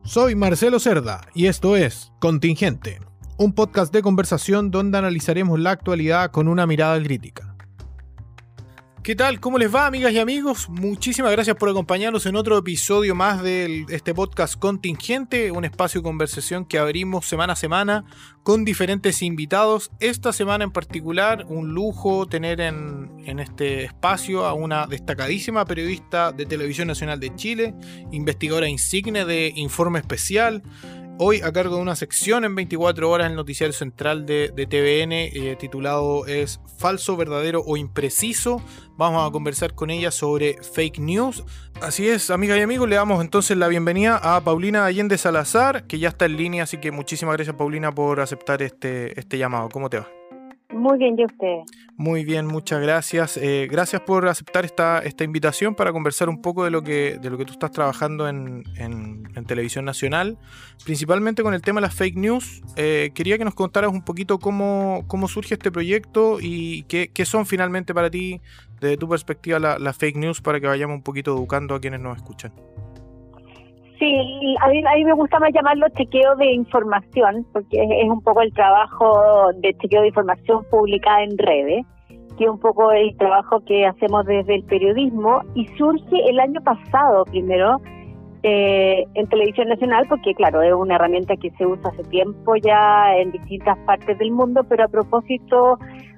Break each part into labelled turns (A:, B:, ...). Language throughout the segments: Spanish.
A: Soy Marcelo Cerda y esto es Contingente, un podcast de conversación donde analizaremos la actualidad con una mirada crítica. ¿Qué tal? ¿Cómo les va, amigas y amigos? Muchísimas gracias por acompañarnos en otro episodio más de este podcast Contingente, un espacio de conversación que abrimos semana a semana con diferentes invitados. Esta semana en particular, un lujo tener en este espacio a una destacadísima periodista de Televisión Nacional de Chile, investigadora insigne de Informe Especial, hoy a cargo de una sección en 24 horas en el noticiario central de TVN, titulado es Falso, Verdadero o Impreciso. Vamos a conversar con ella sobre fake news. Así es, amigas y amigos, le damos entonces la bienvenida a Paulina Allende Salazar, que ya está en línea, así que muchísimas gracias, Paulina, por aceptar este llamado. ¿Cómo te va?
B: Muy bien, ¿y usted?
A: Muy bien, muchas gracias. Gracias por aceptar esta invitación para conversar un poco de lo que tú estás trabajando en Televisión Nacional, principalmente con el tema de las fake news. Quería que nos contaras un poquito cómo surge este proyecto y qué son finalmente para ti, desde tu perspectiva, las fake news, para que vayamos un poquito educando a quienes nos escuchan.
B: Sí, a mí me gusta más llamarlo chequeo de información, porque es un poco el trabajo de chequeo de información publicada en redes, que es un poco el trabajo que hacemos desde el periodismo, y surge el año pasado primero en Televisión Nacional, porque claro, es una herramienta que se usa hace tiempo ya en distintas partes del mundo, pero a propósito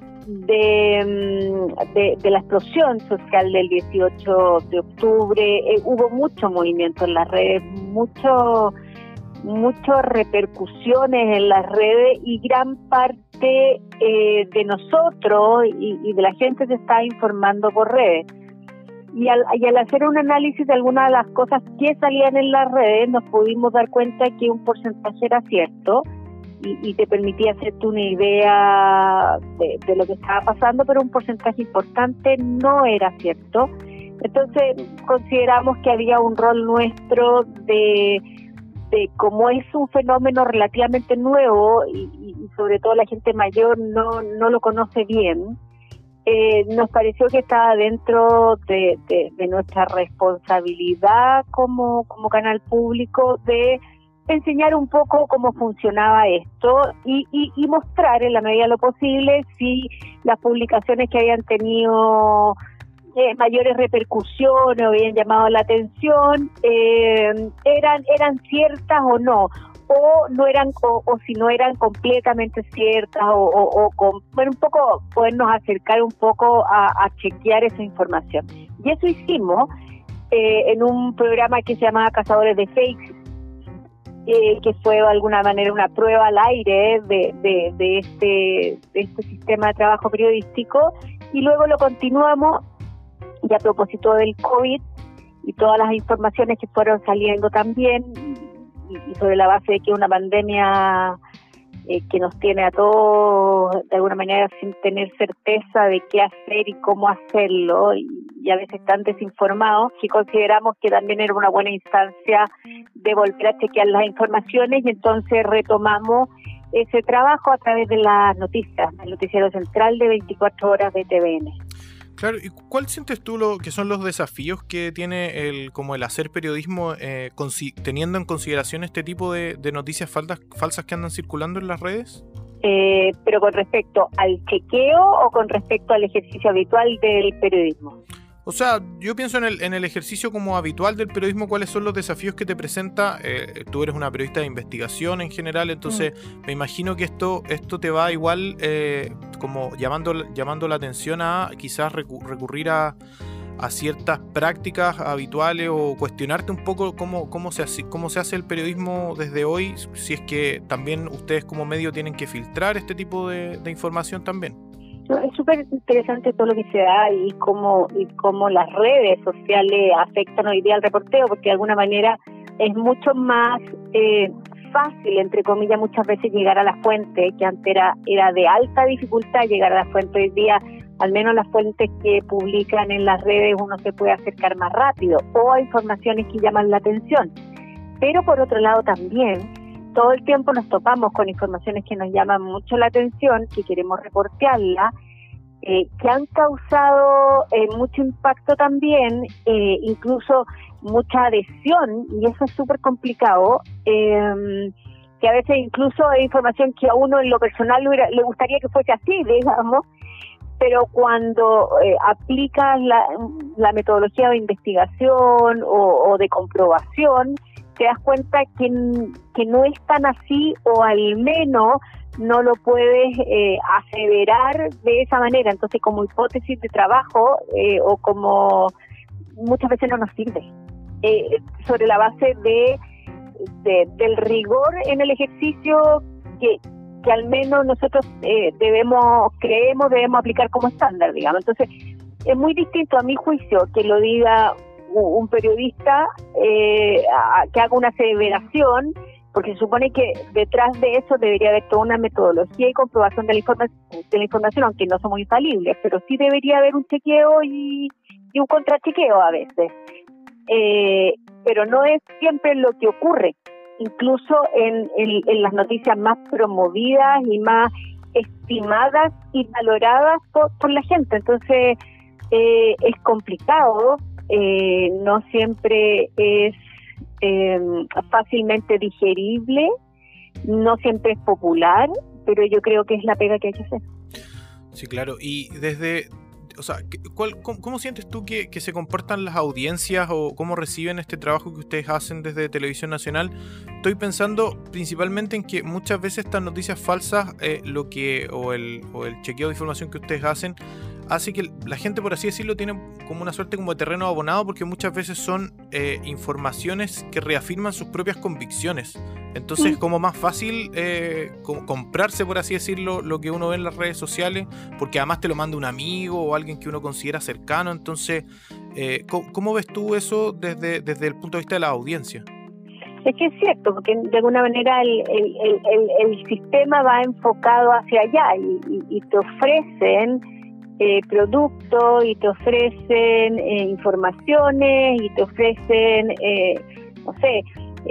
B: de la explosión social del 18 de octubre, hubo mucho movimiento en las redes, muchas repercusiones en las redes, y gran parte de nosotros y de la gente se está informando por redes. Y al hacer un análisis de algunas de las cosas que salían en las redes, nos pudimos dar cuenta que un porcentaje era cierto, y te permitía hacerte una idea de lo que estaba pasando, pero un porcentaje importante no era cierto. Entonces consideramos que había un rol nuestro de como es un fenómeno relativamente nuevo y sobre todo la gente mayor no lo conoce bien, nos pareció que estaba dentro de nuestra responsabilidad como canal público de enseñar un poco cómo funcionaba esto y mostrar en la medida de lo posible si las publicaciones que habían tenido mayores repercusiones o habían llamado la atención eran ciertas o no eran o si no eran completamente ciertas bueno, un poco podernos acercar un poco a chequear esa información. Y eso hicimos en un programa que se llamaba Cazadores de Fakes, que fue de alguna manera una prueba al aire de este sistema de trabajo periodístico, y luego lo continuamos, y a propósito del COVID y todas las informaciones que fueron saliendo también, y sobre la base de que una pandemia que nos tiene a todos de alguna manera sin tener certeza de qué hacer y cómo hacerlo, y a veces tan desinformados, que consideramos que también era una buena instancia de volver a chequear las informaciones, y entonces retomamos ese trabajo a través de las noticias, el noticiero central de 24 horas de TVN.
A: Claro, ¿y cuál sientes tú que son los desafíos que tiene el hacer periodismo teniendo en consideración este tipo de noticias falsas que andan circulando en las redes?
B: ¿Pero con respecto al chequeo o con respecto al ejercicio habitual del periodismo?
A: O sea, yo pienso en el ejercicio como habitual del periodismo. ¿Cuáles son los desafíos que te presenta? Tú eres una periodista de investigación en general, entonces me imagino que esto te va igual como llamando la atención a quizás recurrir a ciertas prácticas habituales, o cuestionarte un poco cómo se hace el periodismo desde hoy, si es que también ustedes como medio tienen que filtrar este tipo de información también.
B: Es súper interesante todo lo que se da y cómo las redes sociales afectan hoy día al reporteo, porque de alguna manera es mucho más fácil, entre comillas, muchas veces llegar a la fuente, que antes era de alta dificultad llegar a la fuente. Hoy día, al menos las fuentes que publican en las redes, uno se puede acercar más rápido, o a informaciones que llaman la atención. Pero por otro lado también, todo el tiempo nos topamos con informaciones que nos llaman mucho la atención, que queremos reportearla, que han causado mucho impacto también, incluso mucha adhesión, y eso es súper complicado, que a veces incluso hay información que a uno en lo personal le gustaría que fuese así, digamos, pero cuando aplicas la metodología de investigación o de comprobación, te das cuenta que no es tan así, o al menos no lo puedes aseverar de esa manera. Entonces, como hipótesis de trabajo o como muchas veces no nos sirve, sobre la base del rigor en el ejercicio que al menos nosotros debemos aplicar como estándar, digamos. Entonces, es muy distinto, a mi juicio, que lo diga un periodista, que haga una aseveración, porque se supone que detrás de eso debería haber toda una metodología y comprobación de la información, aunque no somos infalibles, pero sí debería haber un chequeo y un contrachequeo a veces. Pero no es siempre lo que ocurre, incluso en las noticias más promovidas y más estimadas y valoradas por la gente. Entonces, es complicado, no siempre es fácilmente digerible, no siempre es popular, pero yo creo que es la pega que hay que hacer.
A: Sí, claro. Y o sea, ¿cómo sientes tú que se comportan las audiencias o cómo reciben este trabajo que ustedes hacen desde Televisión Nacional? Estoy pensando principalmente en que muchas veces estas noticias falsas, o el chequeo de información que ustedes hacen, hace que la gente, por así decirlo, tiene como una suerte como de terreno abonado, porque muchas veces son informaciones que reafirman sus propias convicciones. Entonces, como más fácil comprarse, por así decirlo, lo que uno ve en las redes sociales, porque además te lo manda un amigo o alguien que uno considera cercano. Entonces, ¿cómo ves tú eso desde el punto de vista de la audiencia?
B: Es que es cierto, porque de alguna manera el sistema va enfocado hacia allá y te ofrecen productos, y te ofrecen informaciones, y te ofrecen, no sé,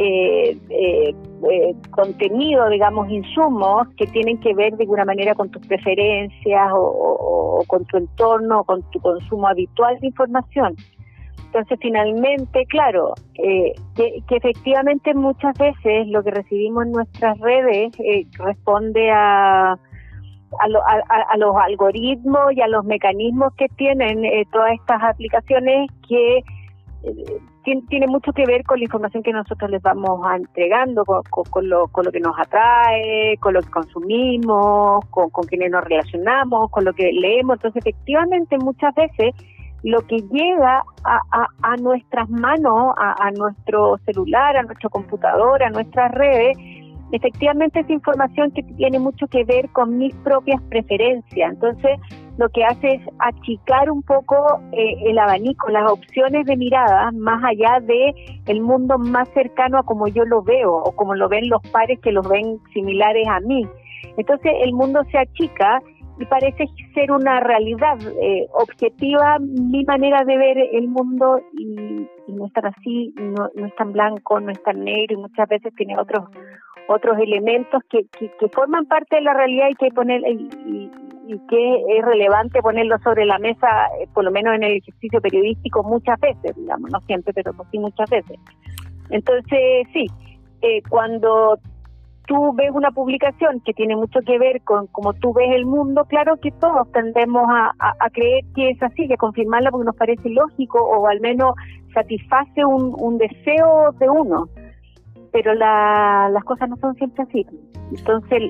B: contenido, digamos, insumos que tienen que ver de alguna manera con tus preferencias o con tu entorno, o con tu consumo habitual de información. Entonces, finalmente, claro, que efectivamente muchas veces lo que recibimos en nuestras redes responde a los algoritmos y a los mecanismos que tienen todas estas aplicaciones, que tiene mucho que ver con la información que nosotros les vamos entregando, con lo que nos atrae, con lo que consumimos, con quienes nos relacionamos, con lo que leemos. Entonces, efectivamente, muchas veces lo que llega a nuestras manos, a nuestro celular, a nuestro computador, a nuestras redes, efectivamente es información que tiene mucho que ver con mis propias preferencias. Entonces, lo que hace es achicar un poco el abanico, las opciones de mirada, más allá de el mundo más cercano a como yo lo veo, o como lo ven los pares que los ven similares a mí. Entonces, el mundo se achica y parece ser una realidad objetiva, mi manera de ver el mundo, y no es tan así, no es tan blanco, no es tan negro, y muchas veces tiene otros elementos que forman parte de la realidad, y que poner y que es relevante ponerlo sobre la mesa, por lo menos en el ejercicio periodístico, muchas veces, digamos, no siempre, pero sí muchas veces. Entonces, sí, cuando tú ves una publicación que tiene mucho que ver con cómo tú ves el mundo, claro que todos tendemos a creer que es así, que a confirmarla porque nos parece lógico, o al menos satisface un deseo de uno. Pero las cosas no son siempre así. Entonces,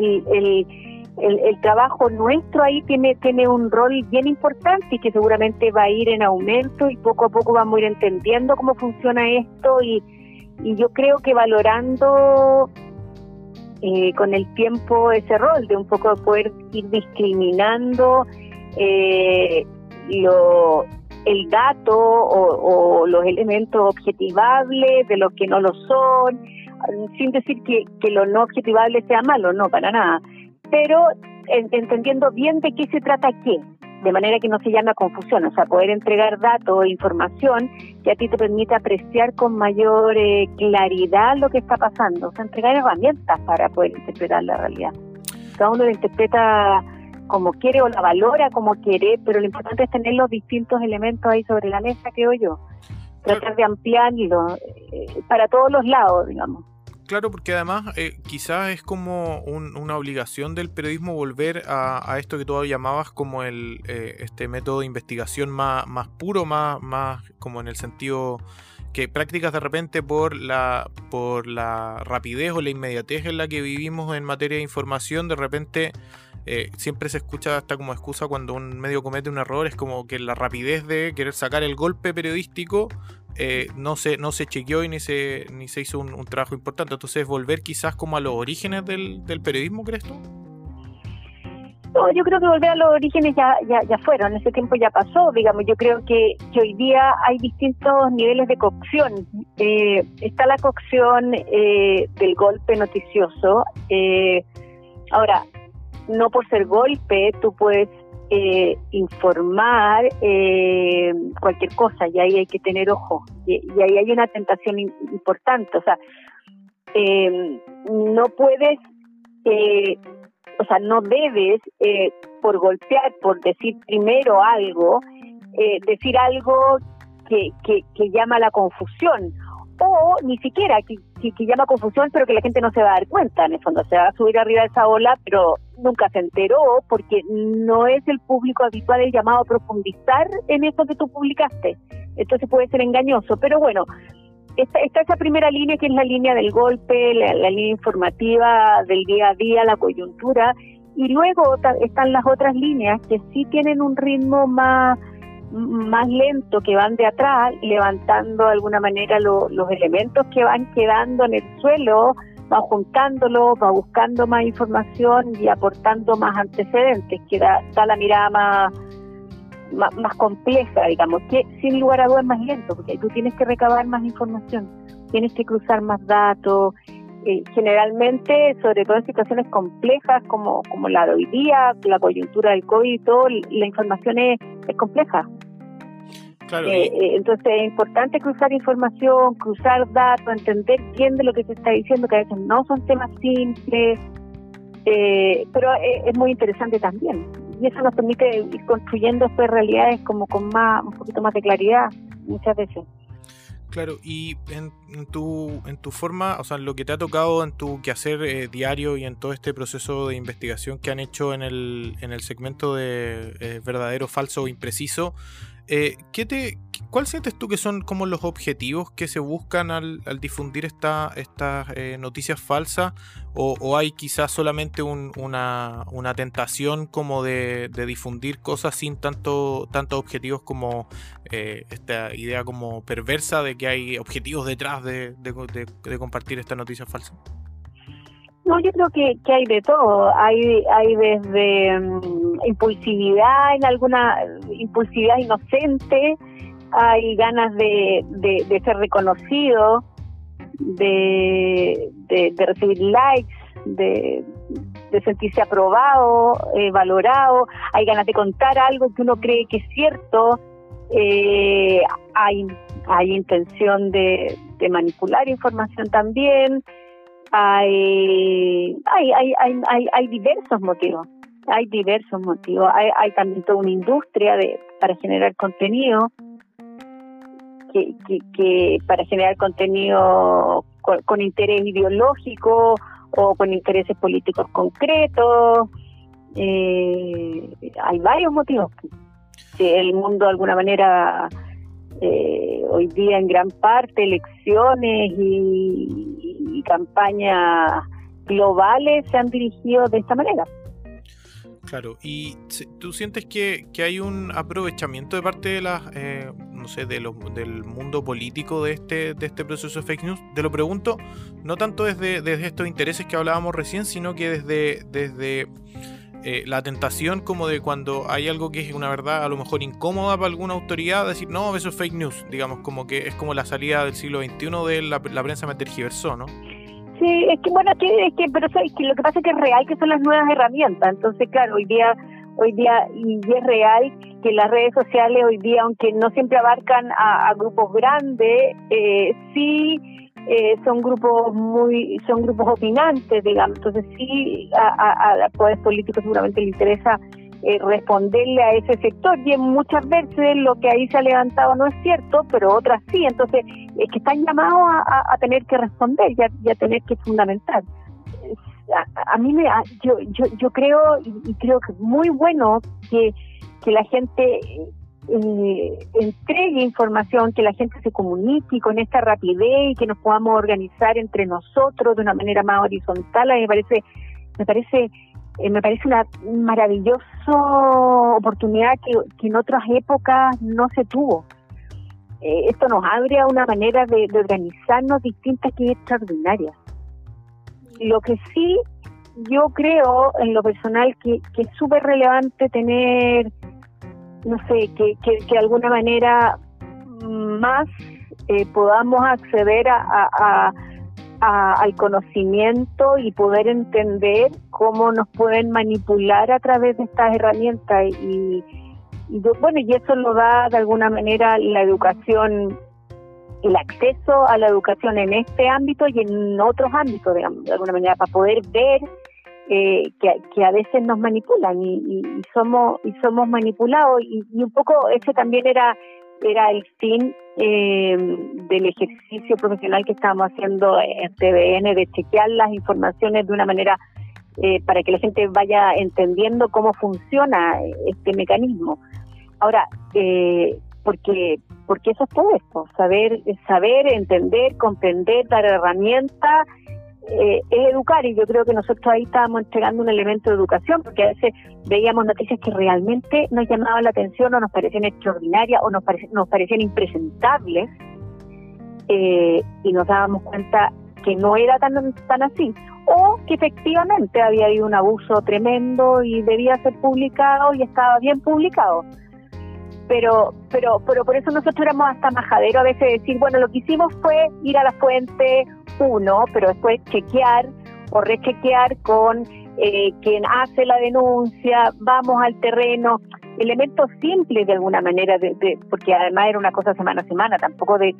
B: el trabajo nuestro ahí tiene un rol bien importante, y que seguramente va a ir en aumento, y poco a poco vamos a ir entendiendo cómo funciona esto, y yo creo que valorando con el tiempo ese rol de un poco poder ir discriminando el dato o los elementos objetivables de los que no lo son, sin decir que lo no objetivable sea malo, no, para nada, pero entendiendo bien de qué se trata qué, de manera que no se llame a confusión, o sea, poder entregar datos e información que a ti te permite apreciar con mayor claridad lo que está pasando, o sea, entregar herramientas para poder interpretar la realidad. Cada uno la interpreta como quiere o la valora como quiere, pero lo importante es tener los distintos elementos ahí sobre la mesa, creo yo. tratar de ampliarlo para todos los lados, digamos.
A: Claro, porque además quizás es como una obligación del periodismo volver a esto que tú llamabas como este método de investigación más puro, más como en el sentido que prácticas de repente por la rapidez o la inmediatez en la que vivimos en materia de información, de repente siempre se escucha hasta como excusa cuando un medio comete un error, es como que la rapidez de querer sacar el golpe periodístico no se chequeó y ni se hizo un trabajo importante. Entonces, volver quizás como a los orígenes del periodismo, ¿crees tú?
B: No, yo creo que volver a los orígenes ya fueron, ese tiempo ya pasó, digamos. Yo creo que hoy día hay distintos niveles de cocción. Está la cocción del golpe noticioso. Ahora, no por ser golpe, tú puedes informar cualquier cosa, y ahí hay que tener ojo. Y ahí hay una tentación importante. O sea, no puedes... o sea, no debes, por golpear, por decir primero algo, decir algo que llama a la confusión, o ni siquiera que llama a confusión, pero que la gente no se va a dar cuenta. En el fondo se va a subir arriba de esa ola, pero nunca se enteró, porque no es el público habitual el llamado a profundizar en eso que tú publicaste. Entonces puede ser engañoso, pero bueno, está esa primera línea, que es la línea del golpe, la línea informativa del día a día, la coyuntura, y luego están las otras líneas que sí tienen un ritmo más lento, que van de atrás, levantando de alguna manera los elementos que van quedando en el suelo, van juntándolos, va buscando más información y aportando más antecedentes, que da la mirada más compleja, digamos, que sin lugar a dudas es más lento, porque tú tienes que recabar más información, tienes que cruzar más datos, generalmente, sobre todo en situaciones complejas como la de hoy día, la coyuntura del COVID y todo, la información es compleja.
A: Claro.
B: Entonces es importante cruzar información, cruzar datos, entender bien de lo que se está diciendo, que a veces no son temas simples, pero es muy interesante también. Y eso nos permite ir construyendo estas realidades como con un poquito más de claridad muchas veces.
A: Claro, y en tu forma, o sea, en lo que te ha tocado en tu quehacer diario y en todo este proceso de investigación que han hecho en el segmento de verdadero, falso o impreciso, ¿cuál sientes tú que son como los objetivos que se buscan al difundir estas noticias falsas? ¿O hay quizás solamente una tentación como de difundir cosas sin tantos objetivos como esta idea como perversa de que hay objetivos detrás de compartir esta noticia falsa?
B: No, yo creo que hay de todo. Hay desde impulsividad, impulsividad inocente, hay ganas de ser reconocido, de recibir likes, de sentirse aprobado, valorado, hay ganas de contar algo que uno cree que es cierto, hay intención de manipular información también. Hay diversos motivos. Hay también toda una industria para generar contenido, que para generar contenido con interés ideológico o con intereses políticos concretos. Hay varios motivos. El mundo de alguna manera hoy día en gran parte elecciones y campañas globales se han dirigido de esta manera.
A: Claro, ¿y tú sientes que hay un aprovechamiento de parte de las, no sé, del mundo político de este proceso de fake news? Te lo pregunto, no tanto desde estos intereses que hablábamos recién, sino que desde la tentación como de cuando hay algo que es una verdad a lo mejor incómoda para alguna autoridad, decir, no, eso es fake news, digamos, como que es como la salida del siglo XXI de la prensa me tergiversó, ¿no? Sí,
B: pero ¿sabes? Que lo que pasa es que es real que son las nuevas herramientas. Entonces, claro, hoy día y es real que las redes sociales hoy día, aunque no siempre abarcan a grupos grandes, sí son grupos opinantes, digamos. Entonces sí, a poderes políticos seguramente le interesa responderle a ese sector, y muchas veces lo que ahí se ha levantado no es cierto, pero otras sí. Entonces es que están llamados a tener que responder y a tener que fundamentar. A mí yo creo, y creo que es muy bueno que la gente entregue información, que la gente se comunique con esta rapidez y que nos podamos organizar entre nosotros de una manera más horizontal. Me parece una maravillosa oportunidad que en otras épocas no se tuvo. Esto nos abre a una manera de organizarnos distinta que es extraordinaria. Lo que sí, yo creo en lo personal que es súper relevante tener, no sé, que de alguna manera más podamos acceder al conocimiento y poder entender cómo nos pueden manipular a través de estas herramientas. Y eso lo da de alguna manera la educación, el acceso a la educación en este ámbito y en otros ámbitos, digamos, de alguna manera, para poder ver que a veces nos manipulan y somos manipulados, y un poco ese también era el fin del ejercicio profesional que estábamos haciendo en TVN, de chequear las informaciones de una manera para que la gente vaya entendiendo cómo funciona este mecanismo. Ahora, porque eso es todo esto, saber, entender, comprender, dar herramientas, es educar, y yo creo que nosotros ahí estábamos entregando un elemento de educación, porque a veces veíamos noticias que realmente nos llamaban la atención o nos parecían extraordinarias o nos parecían impresentables, y nos dábamos cuenta que no era tan así, o que efectivamente había habido un abuso tremendo y debía ser publicado y estaba bien publicado. Pero por eso nosotros éramos hasta majadero a veces de decir, bueno, lo que hicimos fue ir a la fuente uno, pero después chequear o rechequear con quien hace la denuncia, vamos al terreno, elementos simples de alguna manera, porque además era una cosa semana a semana, tampoco de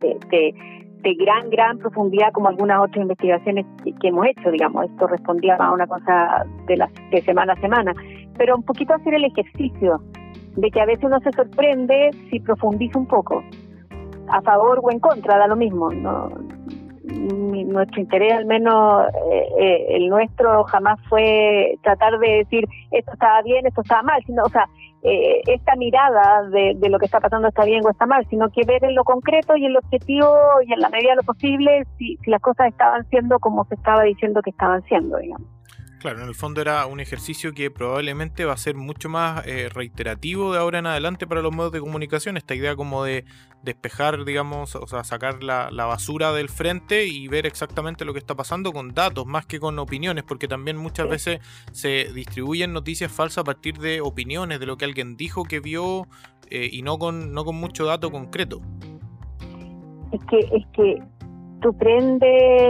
B: gran profundidad como algunas otras investigaciones que hemos hecho, digamos. Esto respondía más a una cosa de semana a semana, pero un poquito hacer el ejercicio de que a veces uno se sorprende si profundiza un poco, a favor o en contra, da lo mismo, ¿no? Nuestro interés, al menos el nuestro, jamás fue tratar de decir esto estaba bien, esto estaba mal, sino, esta mirada de lo que está pasando está bien o está mal, sino que ver en lo concreto y en lo objetivo y en la medida de lo posible si las cosas estaban siendo como se estaba diciendo que estaban siendo, digamos.
A: Claro, en el fondo era un ejercicio que probablemente va a ser mucho más reiterativo de ahora en adelante para los medios de comunicación, esta idea como de despejar, digamos, sacar la basura del frente y ver exactamente lo que está pasando con datos más que con opiniones, porque también muchas veces se distribuyen noticias falsas a partir de opiniones, de lo que alguien dijo que vio, y no con mucho dato concreto.
B: Es que tú prendes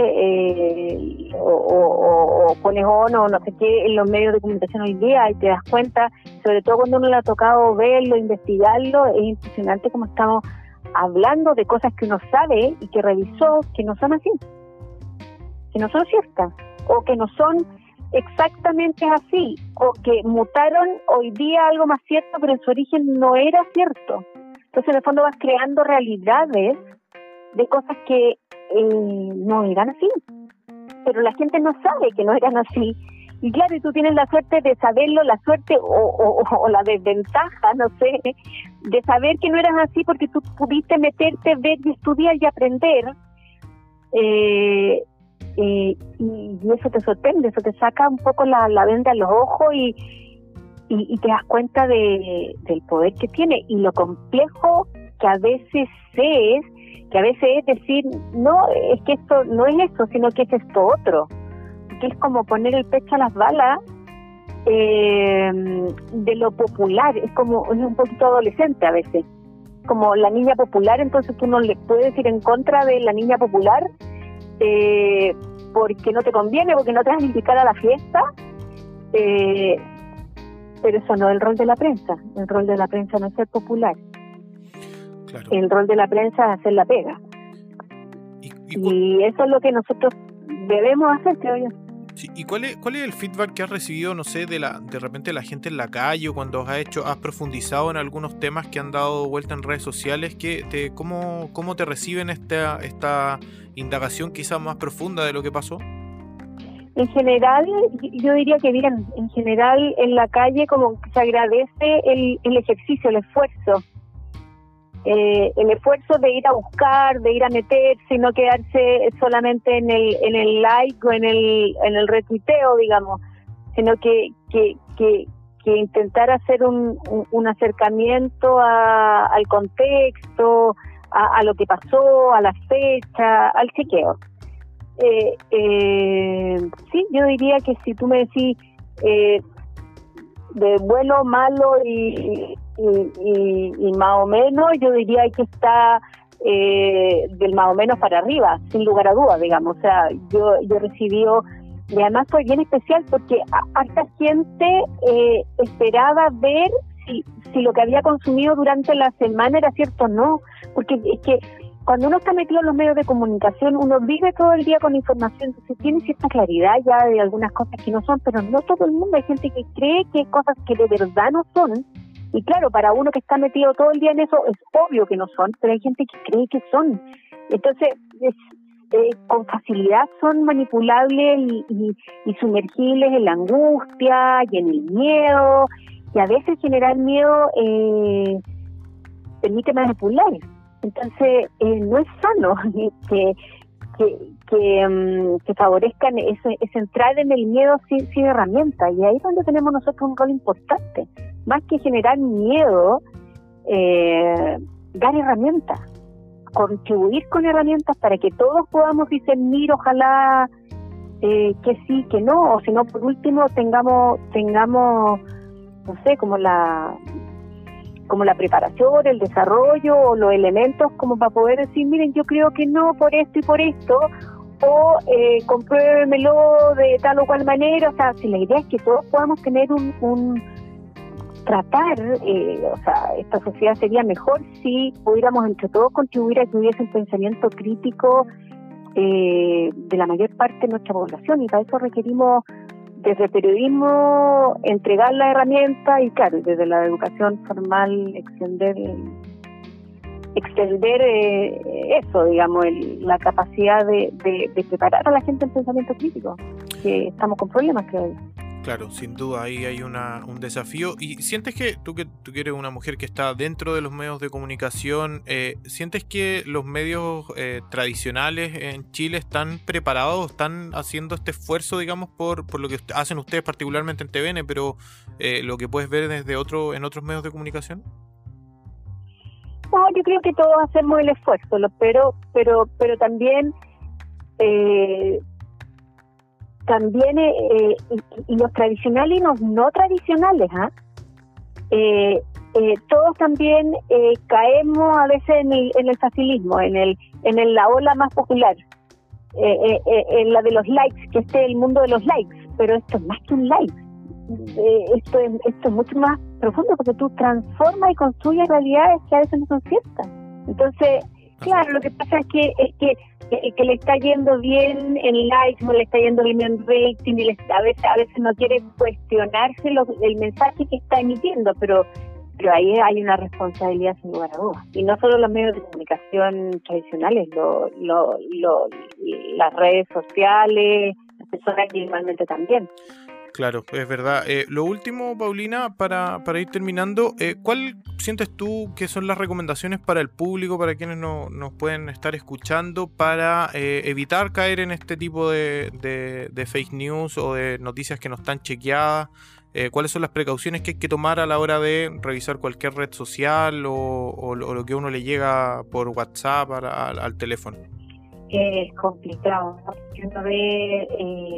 B: o pones on o no sé qué en los medios de comunicación hoy día y te das cuenta, sobre todo cuando uno le ha tocado verlo, investigarlo, es impresionante cómo estamos hablando de cosas que uno sabe y que revisó, que no son así, que no son ciertas, o que no son exactamente así, o que mutaron hoy día algo más cierto, pero en su origen no era cierto. Entonces en el fondo vas creando realidades de cosas que no eran así, pero la gente no sabe que no eran así, y claro, y tú tienes la suerte de saberlo, la suerte o la desventaja, no sé, de saber que no eran así porque tú pudiste meterte, ver y estudiar y aprender, y eso te sorprende, eso te saca un poco la venda a los ojos y te das cuenta del poder que tiene y lo complejo que a veces es decir, no, es que esto no es esto, sino que es esto otro, que es como poner el pecho a las balas de lo popular, es un poquito adolescente a veces, como la niña popular, entonces tú no le puedes ir en contra de la niña popular porque no te conviene, porque no te vas a invitar a la fiesta, pero eso no es el rol de la prensa. El rol de la prensa no es ser popular. Claro. El rol de la prensa es hacer la pega. Y eso es lo que nosotros debemos hacer, creo yo.
A: Sí, ¿y cuál es el feedback que has recibido, no sé, de repente la gente en la calle, o cuando has profundizado en algunos temas que han dado vuelta en redes sociales? ¿Cómo te reciben esta indagación quizás más profunda de lo que pasó?
B: En general, yo diría que bien, en general en la calle como que se agradece el ejercicio, el esfuerzo. El esfuerzo de ir a buscar, de ir a meterse y no quedarse solamente en el like o en el retuiteo, digamos, sino que intentar hacer un acercamiento al contexto, a lo que pasó, a la fecha, al chequeo. Sí, yo diría que si tú me decís de bueno, malo y más o menos, yo diría que está del más o menos para arriba, sin lugar a dudas, digamos. O sea, yo recibí, y además fue bien especial porque harta gente esperaba ver si lo que había consumido durante la semana era cierto o no, porque es que cuando uno está metido en los medios de comunicación, uno vive todo el día con información, entonces tiene cierta claridad ya de algunas cosas que no son, pero no todo el mundo. Hay gente que cree que hay cosas que de verdad no son, y claro, para uno que está metido todo el día en eso, es obvio que no son, pero hay gente que cree que son. Entonces, con facilidad son manipulables y sumergibles en la angustia y en el miedo, y a veces generar miedo permite manipular. Entonces, no es sano que favorezcan ese entrar en el miedo sin herramientas. Y ahí es donde tenemos nosotros un rol importante. Más que generar miedo, dar herramientas, contribuir con herramientas para que todos podamos discernir, ojalá que sí, que no, o si no, por último, tengamos no sé, como la preparación, el desarrollo o los elementos como para poder decir, miren, yo creo que no por esto y por esto, o compruébemelo de tal o cual manera. O sea, si la idea es que todos podamos tener tratar, o sea, esta sociedad sería mejor si pudiéramos entre todos contribuir a que hubiese un pensamiento crítico de la mayor parte de nuestra población, y para eso requerimos desde el periodismo entregar la herramienta y claro, desde la educación formal extender eso, digamos, la capacidad de preparar a la gente en pensamiento crítico, que estamos con problemas, creo.
A: Claro, sin duda, ahí hay un desafío. ¿Y sientes que tú eres una mujer que está dentro de los medios de comunicación, sientes que los medios tradicionales en Chile están preparados, están haciendo este esfuerzo, digamos, por lo que hacen ustedes particularmente en TVN, pero lo que puedes ver en otros medios de comunicación?
B: No, yo creo que todos hacemos el esfuerzo, pero también y los tradicionales y los no tradicionales, todos también caemos a veces en el facilismo, en la ola más popular, en la de los likes, que esté el mundo de los likes, pero esto es más que un like. Esto es mucho más profundo, porque tú transformas y construyes realidades que a veces no son ciertas. Entonces, claro, lo que pasa es que le está yendo bien en likes, o le está yendo bien en rating, y a veces no quiere cuestionarse el mensaje que está emitiendo, pero ahí hay una responsabilidad sin lugar a dudas. Y no solo los medios de comunicación tradicionales, las redes sociales, las personas individualmente también.
A: Claro, es verdad. Lo último, Paulina, para ir terminando, ¿cuál sientes tú que son las recomendaciones para el público, para quienes nos pueden estar escuchando, para evitar caer en este tipo de fake news o de noticias que no están chequeadas? ¿Cuáles son las precauciones que hay que tomar a la hora de revisar cualquier red social o lo que uno le llega por WhatsApp al teléfono?
B: Es complicado, ¿no? Uno ve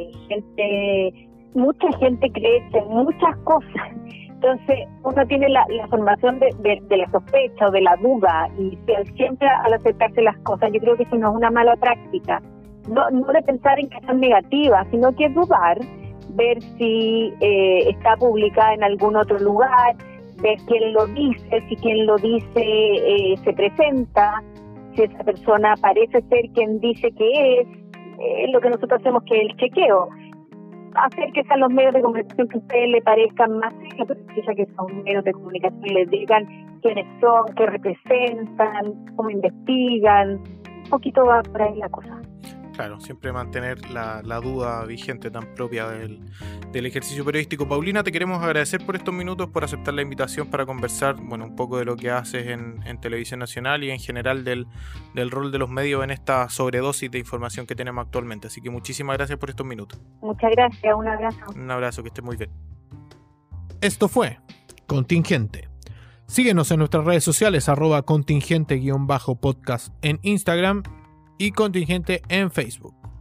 B: mucha gente cree en muchas cosas, entonces uno tiene la formación de la sospecha o de la duda, y siempre al aceptarse las cosas, yo creo que eso no es una mala práctica, no de pensar en que son negativas, sino que dudar, ver si está publicada en algún otro lugar, ver quién lo dice, si quien lo dice se presenta, si esa persona parece ser quien dice que es lo que nosotros hacemos, que es el chequeo. acérquese a los medios de comunicación que a ustedes le parezcan más serios, pero quizá que son medios de comunicación les digan quiénes son, qué representan, cómo investigan. Un poquito va por ahí la cosa.
A: Claro, siempre mantener la duda vigente tan propia del ejercicio periodístico. Paulina, te queremos agradecer por estos minutos, por aceptar la invitación para conversar, bueno, un poco de lo que haces en Televisión Nacional y en general del rol de los medios en esta sobredosis de información que tenemos actualmente. Así que muchísimas gracias por estos minutos.
B: Muchas gracias, un abrazo.
A: Un abrazo, que esté muy bien. Esto fue Contingente. Síguenos en nuestras redes sociales, @contingente_podcast en Instagram y Contingente en Facebook.